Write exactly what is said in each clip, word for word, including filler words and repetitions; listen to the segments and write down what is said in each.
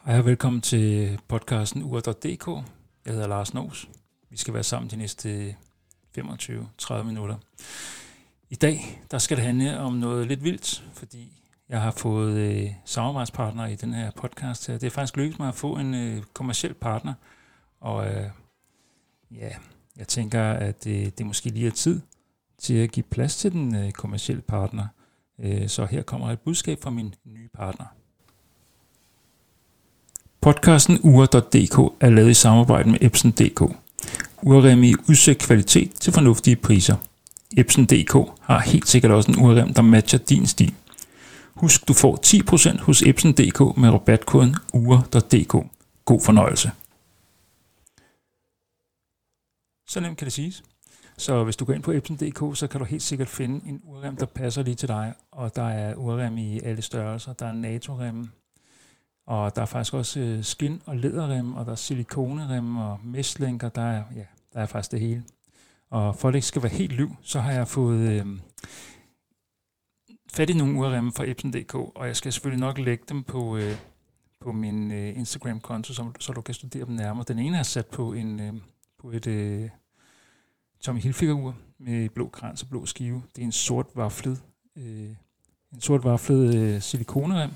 Hej og velkommen til podcasten ur punktum d k. Jeg hedder Lars Nås. Vi skal være sammen de næste femogtyve til tredive minutter. I dag der skal det handle om noget lidt vildt, fordi jeg har fået øh, samarbejdspartner i den her podcast. Det er faktisk lykkedes mig at få en øh, kommerciel partner, og øh, ja, jeg tænker, at øh, det måske lige er tid til at give plads til den øh, kommercielle partner. Øh, så her kommer et budskab fra min nye partner. Podcasten ur punktum d k er lavet i samarbejde med Epson punktum d k. Urrem i udsøgt kvalitet til fornuftige priser. Epson punktum d k har helt sikkert også en urrem, der matcher din stil. Husk, du får ti procent hos Epson punktum d k med rabatkoden ur punktum d k. God fornøjelse. Så nemt kan det siges. Så hvis du går ind på Epson punktum d k, så kan du helt sikkert finde en urrem, der passer lige til dig. Og der er urrem i alle størrelser. Der er NATO-rem. Og der er faktisk også skin- og læderrem, og der er silikonerem og mestlænker, der er, ja, der er faktisk det hele. Og for at det ikke skal være helt liv, så har jeg fået øh, fat i nogle urremme fra Epson punktum d k, og jeg skal selvfølgelig nok lægge dem på, øh, på min øh, Instagram-konto, så, så du kan studere dem nærmere. Den ene er sat på, en, øh, på et øh, Tommy Hilfiger-ur med blå krans og blå skive. Det er en sort vaflet, øh, en sort vaflet øh, silikonerem.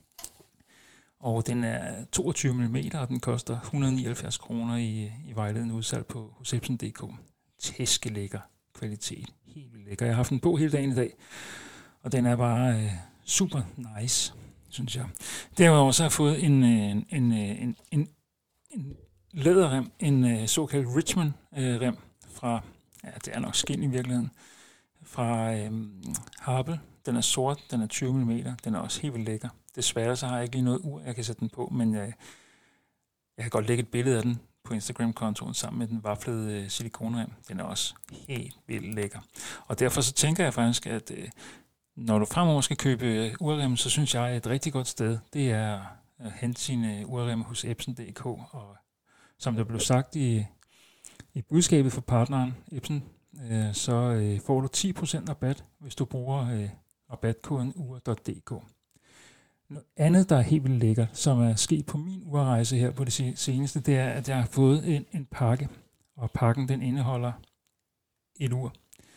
Og den er toogtyve millimeter, og den koster et hundrede og nioghalvfjerds kroner i, i vejledende udsalg på hos Epson punktum d k. Tæskelækker kvalitet. Helt vildt lækker. Jeg har haft den på hele dagen i dag, og den er bare øh, super nice, synes jeg. Derudover så har jeg fået en, en, en, en, en, en læderrem, en øh, såkaldt Richmond-rem øh, fra, ja, det er nok skin i virkeligheden, fra øh, Harpel. Den er sort, den er tyve millimeter, den er også helt vildt lækker. Desværre så har jeg ikke lige noget ur, jeg kan sætte den på, men jeg, jeg kan godt lægge et billede af den på Instagram-kontoen sammen med den vaflede øh, silikonrem. Den er også helt vildt lækker. Og derfor så tænker jeg faktisk, at øh, når du fremover skal købe øh, urrem, så synes jeg, at et rigtig godt sted, det er at hente sine urrem hos Epson punktum d k. Og som der blev sagt i, i budskabet for partneren Epson, øh, så øh, får du ti procent rabat, hvis du bruger øh, rabatkoden ur punktum d k. Noget andet, der er helt vildt lækkert, som er sket på min urrejse her på det seneste, det er, at jeg har fået en, en pakke, og pakken den indeholder et ur.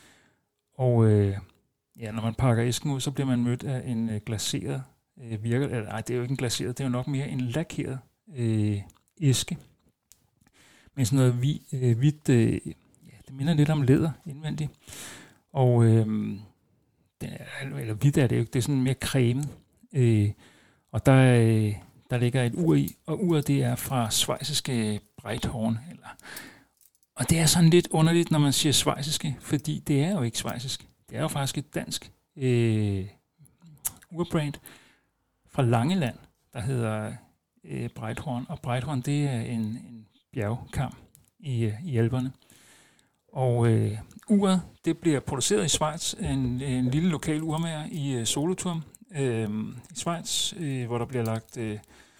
Og øh, ja, når man pakker æsken ud, så bliver man mødt af en øh, glaseret øh, virker, eller nej, det er jo ikke en glaseret, det er jo nok mere en lakeret øh, æske. Med sådan noget hvid, øh, hvidt, øh, ja, det minder lidt om læder indvendigt. Og øh, det er, eller hvidt er det jo ikke, det er sådan mere cremet. Øh, og der, øh, der ligger et ur i, og uret det er fra schweiziske Breithorn. Eller, og det er sådan lidt underligt, når man siger schweiziske, fordi det er jo ikke schweizisk. Det er jo faktisk et dansk øh, urbrand fra Langeland, der hedder øh, Breithorn. Og Breithorn det er en, en bjergkam i, i Alperne. Og øh, uret det bliver produceret i Schweiz, en, en lille lokal urmager i øh, Solothurn. Øh, i Schweiz, øh, hvor der bliver lagt øh,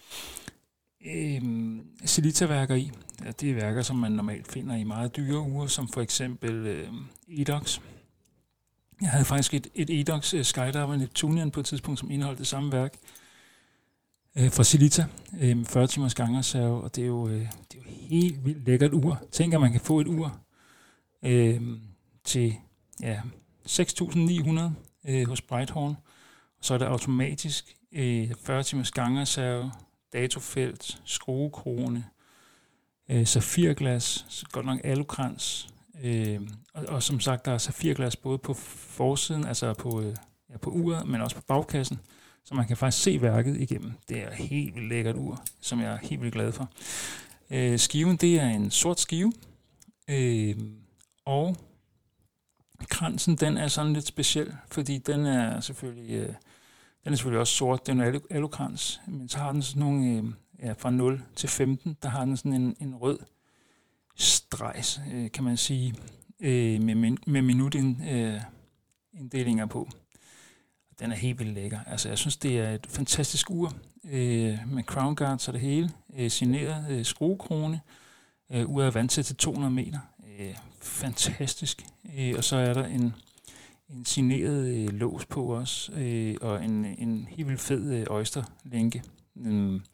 øh, silitaværker i. Ja, det er værker, som man normalt finder i meget dyre ure, som for eksempel øh, Edox. Jeg havde faktisk et, et Edox uh, Skydiver Neptunian på et tidspunkt, som indeholdt det samme værk øh, fra Silita, øh, med fyrre timers gangreserve, og det er jo, øh, det er jo helt vildt lækkert ur. Tænk, at man kan få et ur øh, til ja, seks tusind ni hundrede øh, hos Breithorn. Så er det automatisk øh, fyrre timers gangreserve, datofelt, skruekrone, øh, safirglas, godt nok alukrans, øh, og, og som sagt, der er safirglas både på forsiden, altså på, øh, ja, på uret, men også på bagkassen, så man kan faktisk se værket igennem. Det er helt vildt lækkert ur, som jeg er helt vildt glad for. Øh, skiven, det er en sort skive, øh, og kransen, den er sådan lidt speciel, fordi den er selvfølgelig... Øh, Den er selvfølgelig også sort, det er en alukrans, men så har den sådan nogle, øh, ja, fra nul til femten, der har den sådan en, en rød strejs, øh, kan man sige, øh, med, min, med minutinddelinger øh, på. Den er helt vildt lækker. Altså, jeg synes, det er et fantastisk ur, øh, med crown guards og det hele, øh, signeret øh, skruekrone, øh, uret er vandtæt til to hundrede meter, øh, fantastisk, øh, og så er der en en signeret øh, lås på os, øh, og en, en helt vildt fed øh, oysterlænke. Um,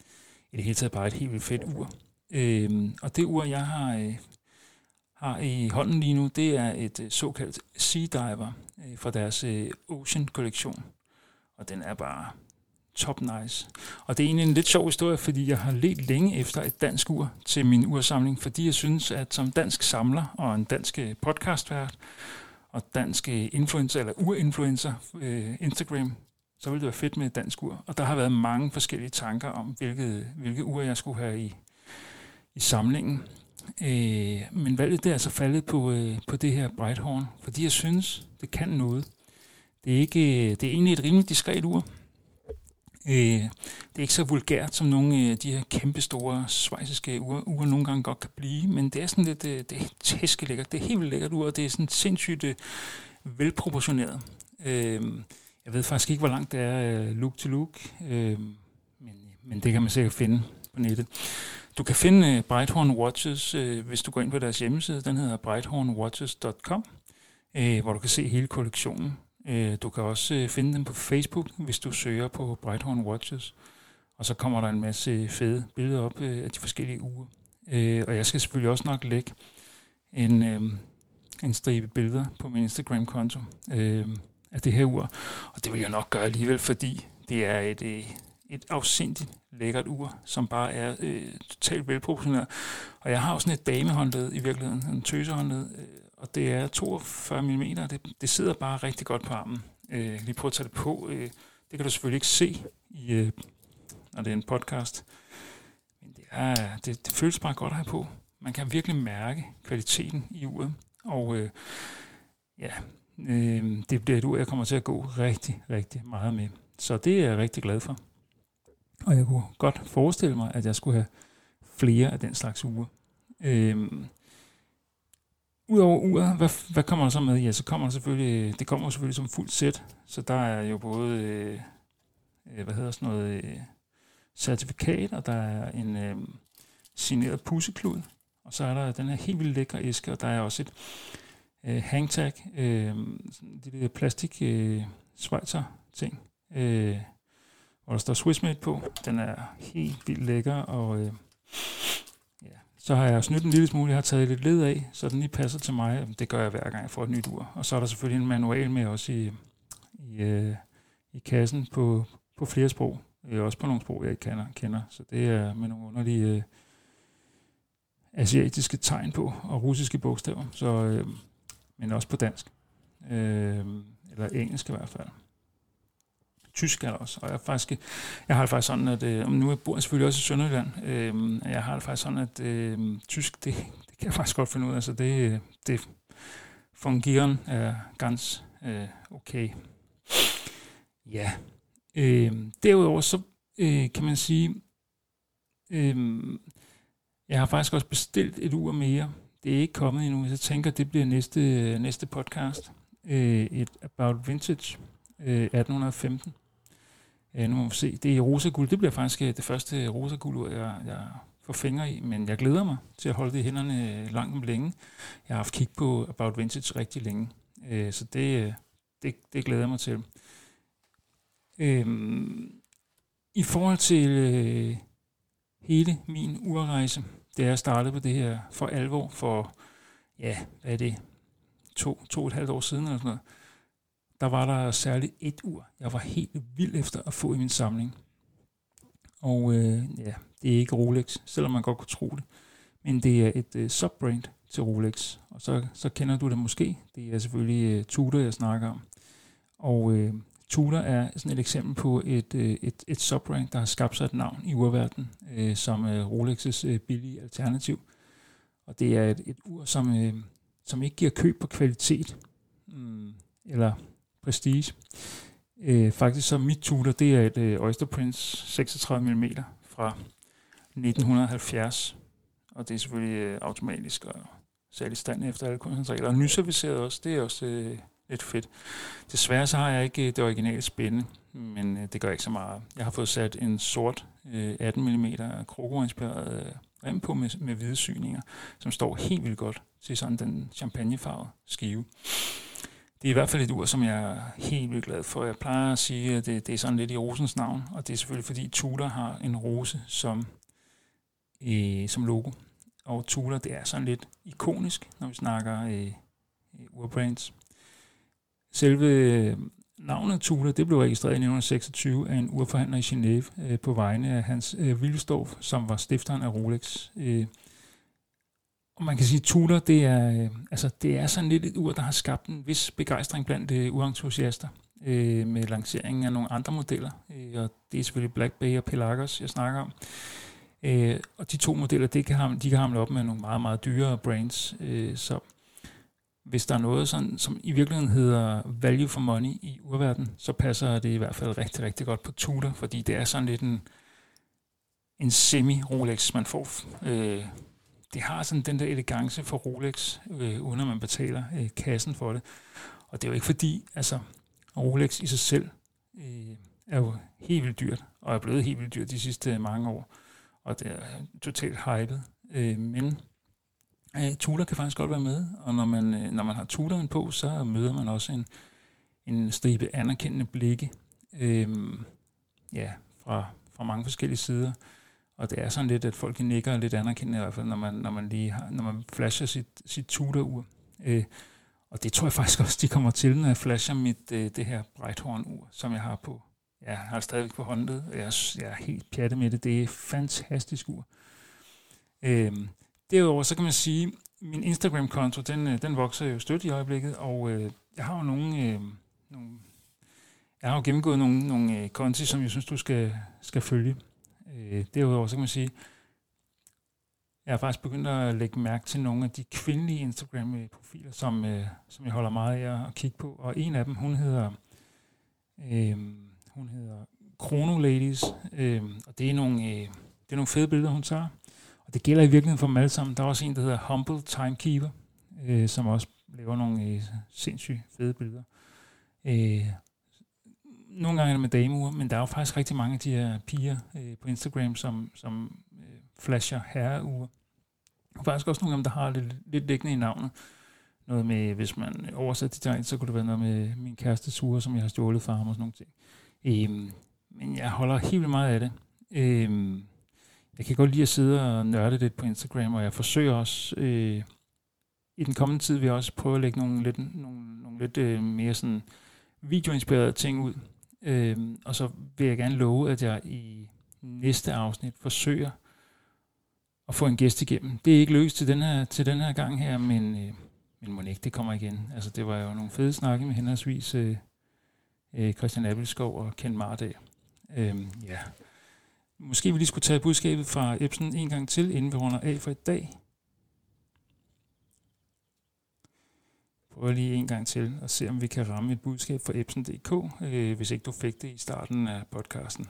i det hele taget bare et helt vildt fedt ur. Øh, og det ur, jeg har, øh, har i hånden lige nu, det er et øh, såkaldt Sea Diver øh, fra deres øh, Ocean-kollektion. Og den er bare top nice. Og det er egentlig en lidt sjov historie, fordi jeg har ledt længe efter et dansk ur til min ursamling, fordi jeg synes, at som dansk samler og en dansk podcastvært og dansk influencer eller urinfluencer øh, Instagram, så ville det være fedt med et dansk ur. Og der har været mange forskellige tanker om, hvilket, hvilke ur jeg skulle have i, i samlingen. Øh, men valget der er altså faldet på, øh, på det her Breithorn, fordi jeg synes, det kan noget. Det er, ikke, det er egentlig et rimelig diskret ur. Øh, det er ikke så vulgært, som nogle af de her kæmpe store schweiziske ure, ure nogle gange godt kan blive, men det er sådan lidt, det, det er tæskelækkert. Det er helt vildt lækkert ur, og det er sådan sindssygt øh, velproportioneret. Øh, jeg ved faktisk ikke, hvor langt det er øh, look til look, øh, men, men det kan man sikkert finde på nettet. Du kan finde uh, Breithorn Watches, uh, hvis du går ind på deres hjemmeside. Den hedder breithorn watches punktum com, uh, hvor du kan se hele kollektionen. Uh, du kan også uh, finde dem på Facebook, hvis du søger på Breithorn Watches. Og så kommer der en masse fede billeder op uh, af de forskellige uger. Uh, og jeg skal selvfølgelig også nok lægge en, um, en stribe billeder på min Instagram-konto uh, af det her ur. Og det vil jeg nok gøre alligevel, fordi det er et... Uh, et afsindigt lækkert ur, som bare er øh, totalt velproportioneret. Og jeg har også sådan et damehåndled i virkeligheden, en tøsehåndled, øh, og det er toogfyrre millimeter. Det, det sidder bare rigtig godt på armen. Øh, lige prøv at tage det på. Øh, det kan du selvfølgelig ikke se, i, øh, når det er en podcast. Men det, er, det, det føles bare godt at have på. Man kan virkelig mærke kvaliteten i uret. Og øh, ja, øh, det bliver et ur, jeg kommer til at gå rigtig, rigtig meget med. Så det er jeg rigtig glad for. Og jeg kunne godt forestille mig, at jeg skulle have flere af den slags ure. Øhm, Udover uret, hvad, hvad kommer der så med? Ja, så kommer der selvfølgelig, det kommer selvfølgelig som fuldt sæt. Så der er jo både, øh, hvad hedder sådan noget, øh, certifikat, og der er en øh, signeret pusseklud. Og så er der den her helt vildt lækre æske, og der er også et øh, hangtag, øh, sådan de der plastik øh, Schweizer ting, øh, hvor der står Swissmade på. Den er helt vildt lækker, og øh, ja. Så har jeg snydt en lille smule. Jeg har taget lidt led af, så den lige passer til mig. Det gør jeg hver gang, jeg får et nyt ur. Og så er der selvfølgelig en manual med også i, i, øh, i kassen på, på flere sprog. Øh, også på nogle sprog, jeg ikke kender. kender. Så det er med nogle underlige øh, asiatiske tegn på, og russiske bogstaver. Så, øh, men også på dansk. Øh, eller engelsk i hvert fald. Tysk er der også, og jeg, faktisk, jeg har det faktisk sådan, at øh, nu bor jeg selvfølgelig også i Sønderjylland, øh, jeg har det faktisk sådan, at øh, tysk, det, det kan jeg faktisk godt finde ud af, så det, det fungerer er ganz øh, okay. Ja, øh, derudover så øh, kan man sige, øh, jeg har faktisk også bestilt et ur mere, det er ikke kommet endnu, så jeg tænker, det bliver næste, næste podcast, øh, et About Vintage, atten femten. Ja, nu må vi se. Det er rosa guld. Det bliver faktisk det første rosa guld, jeg, jeg får fingre i, men jeg glæder mig til at holde det i hænderne langt om længe. Jeg har haft kig på About Vintage rigtig længe, så det, det, det glæder jeg mig til. I forhold til hele min urrejse, da jeg startede på det her for alvor for, ja, hvad er det, to, to og et halvt år siden eller sådan noget, der var der særligt et ur, jeg var helt vild efter at få i min samling. Og øh, ja, det er ikke Rolex, selvom man godt kunne tro det. Men det er et øh, subbrand til Rolex. Og så, så kender du det måske. Det er selvfølgelig øh, Tudor, jeg snakker om. Og øh, Tudor er sådan et eksempel på et, øh, et, et subbrand, der har skabt sig et navn i urverdenen, øh, som øh, Rolex's øh, billige alternativ. Og det er et, et ur, som, øh, som ikke giver køb på kvalitet. Mm, eller prestige. Øh, faktisk så mit Tudor, det er et øh, Oyster Prince seksogtredive millimeter fra nitten halvfjerds. Og det er selvfølgelig øh, automatisk og særligt stand efter alle koncentrater. Og nyserviceret også, det er også øh, lidt fedt. Desværre så har jeg ikke det originale spænde, men øh, det gør ikke så meget. Jeg har fået sat en sort øh, atten millimeter Kroger-inspireret øh, rem på med, med hvide syninger, som står helt vildt godt til sådan den champagnefarvede skive. Det er i hvert fald et ur, som jeg er helt vildt glad for. Jeg plejer at sige, at det, det er sådan lidt i rosens navn, og det er selvfølgelig fordi Tudor har en rose som øh, som logo. Og Tudor, det er sådan lidt ikonisk, når vi snakker øh, urbrands. Selve øh, navnet Tudor, det blev registreret i nitten seksogtyve af en urforhandler i Genève øh, på vegne af Hans øh, Wilsdorf, som var stifteren af Rolex. Øh, og man kan sige, at Tudor, det er, øh, altså, det er sådan lidt et ur, der har skabt en vis begejstring blandt øh, urentusiaster øh, med lanceringen af nogle andre modeller. Øh, og det er selvfølgelig Black Bay og Pelagos, jeg snakker om. Øh, og de to modeller, det kan ham, de kan hamle op med nogle meget, meget dyre brands. Øh, så hvis der er noget, sådan, som i virkeligheden hedder value for money i urverden, så passer det i hvert fald rigtig, rigtig godt på Tudor, fordi det er sådan lidt en, en semi-Rolex, man får. Øh, det har sådan den der elegance for Rolex, øh, uden at man betaler øh, kassen for det. Og det er jo ikke fordi, altså Rolex i sig selv øh, er jo helt vildt dyrt, og er blevet helt vildt dyrt de sidste mange år. Og det er totalt hypet. Øh, men øh, Tudor kan faktisk godt være med, og når man, øh, når man har Tudoren på, så møder man også en, en stribe anerkendende blikke øh, ja, fra, fra mange forskellige sider. Og det er sådan lidt, at folk nikker lidt anerkendende, i hvert fald, når man, når man, lige har, når man flasher sit, sit Tudor-ur. Øh, og det tror jeg faktisk også, de kommer til, når jeg flasher mit, øh, det her Breitholm-ur, som jeg har på. Jeg har stadigvæk på håndled, og jeg, jeg er helt pjattet med det. Det er et fantastisk ur. Øhm, derudover, så kan man sige, at min Instagram-konto, den, den vokser jo stødt i øjeblikket, og øh, jeg har jo nogle, øh, nogle, jeg har jo gennemgået nogle, nogle øh, konti, som jeg synes, du skal, skal følge. Øh, derudover, så kan man sige, jeg har faktisk begyndt at lægge mærke til nogle af de kvindelige Instagram-profiler, som, øh, som jeg holder meget af at kigge på, og en af dem, hun hedder... Øh, Hun hedder Chrono Ladies, øh, og det er, nogle, øh, det er nogle fede billeder, hun tager. Og det gælder i virkeligheden for dem alle sammen. Der er også en, der hedder Humble Timekeeper, øh, som også laver nogle øh, sindssygt fede billeder. Øh, nogle gange er det med dameure, men der er jo faktisk rigtig mange af de her piger øh, på Instagram, som, som øh, flasher herreure. Og faktisk også nogle af dem, der har lidt, lidt liggende i navnet. Noget med, hvis man oversætter det til, så kunne det være noget med min kærestes ure, som jeg har stjålet fra ham og sådan nogle ting. Øhm, men jeg holder helt vildt meget af det. Øhm, jeg kan godt lide at sidde og nørde lidt på Instagram, og jeg forsøger også, øh, i den kommende tid vil jeg også prøve at lægge nogle lidt, nogle, nogle lidt øh, mere sådan videoinspirerede ting ud. Øhm, og så vil jeg gerne love, at jeg i næste afsnit forsøger at få en gæst igennem. Det er ikke lykkedes til den her, til den her gang her, men, øh, men må ikke, det kommer igen. Altså det var jo nogle fede snakke med henholdsvis øh, Christian Abelskov og Ken Mardal. Øhm, ja. Måske vi lige skulle tage budskabet fra Epson en gang til, inden vi runder af for i dag. Prøv lige en gang til og se, om vi kan ramme et budskab fra Epson punktum d k, øh, hvis ikke du fik det i starten af podcasten.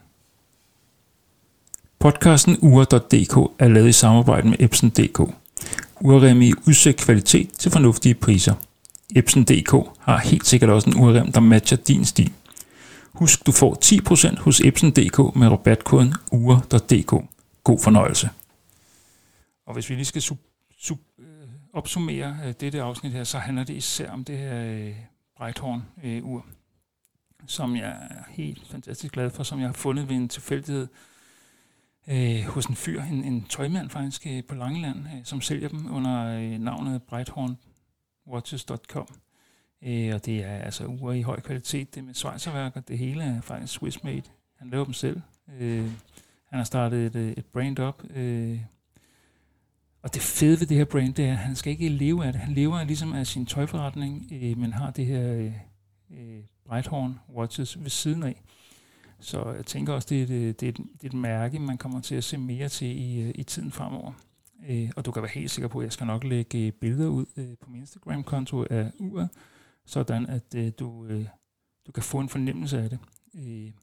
Podcasten ure punktum d k er lavet i samarbejde med Epson punktum d k. Urrem i udsøgt kvalitet til fornuftige priser. Epson punktum d k har helt sikkert også en urrem, der matcher din stil. Husk, du får ti procent hos Epson punktum d k med rabatkoden ure punktum d k. God fornøjelse. Og hvis vi lige skal sub- sub- øh, opsummere øh, dette afsnit her, så handler det især om det her øh, Breitholm-ur, øh, som jeg er helt fantastisk glad for, som jeg har fundet ved en tilfældighed øh, hos en fyr, en, en tøjmand faktisk øh, på Langeland, øh, som sælger dem under øh, navnet breitholm watches punktum com. Øh, og det er altså ure i høj kvalitet, det er med schweizerværk, og det hele er faktisk Swiss made. Han laver dem selv. Øh, han har startet et, et brand op. Øh, og det fede ved det her brand, det er, at han skal ikke leve af det. Han lever ligesom af sin tøjforretning, øh, men har det her øh, Breitholm watches ved siden af. Så jeg tænker også, det er et, det er et, det er et mærke, man kommer til at se mere til i, i tiden fremover. Øh, og du kan være helt sikker på, at jeg skal nok lægge billeder ud øh, på min Instagram-konto af uret, sådan at øh, du, øh, du kan få en fornemmelse af det. Øh,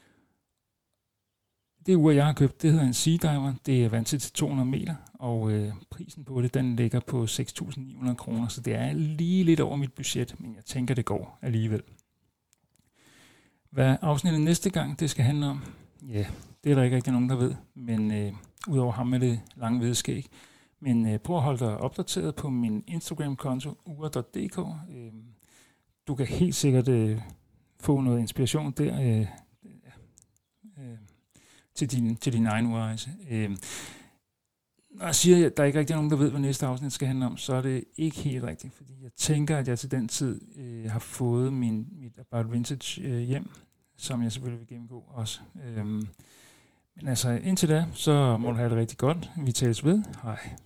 det ur, jeg har købt, det hedder en Sea Diver. Det er vandsæt til to hundrede meter, og øh, prisen på det, den ligger på seks tusind ni hundrede kroner, så det er lige lidt over mit budget, men jeg tænker, det går alligevel. Hvad afsnittet næste gang, det skal handle om, ja, det er der ikke rigtig nogen, der ved, men øh, udover ham med det lange hvide skæg. Men øh, prøv at holde dig opdateret på min Instagram-konto, ure punktum d k. Øh, du kan helt sikkert øh, få noget inspiration der øh, øh, til, din, til din egen urrejse. Øh, når jeg siger, at der ikke rigtig er nogen, der ved, hvad næste afsnit skal handle om, så er det ikke helt rigtigt, fordi jeg tænker, at jeg til den tid øh, har fået min, mit About Vintage øh, hjem, som jeg selvfølgelig vil gennemgå også. Øhm, men altså, indtil da, så må du have det rigtig godt. Vi tales ved. Hej.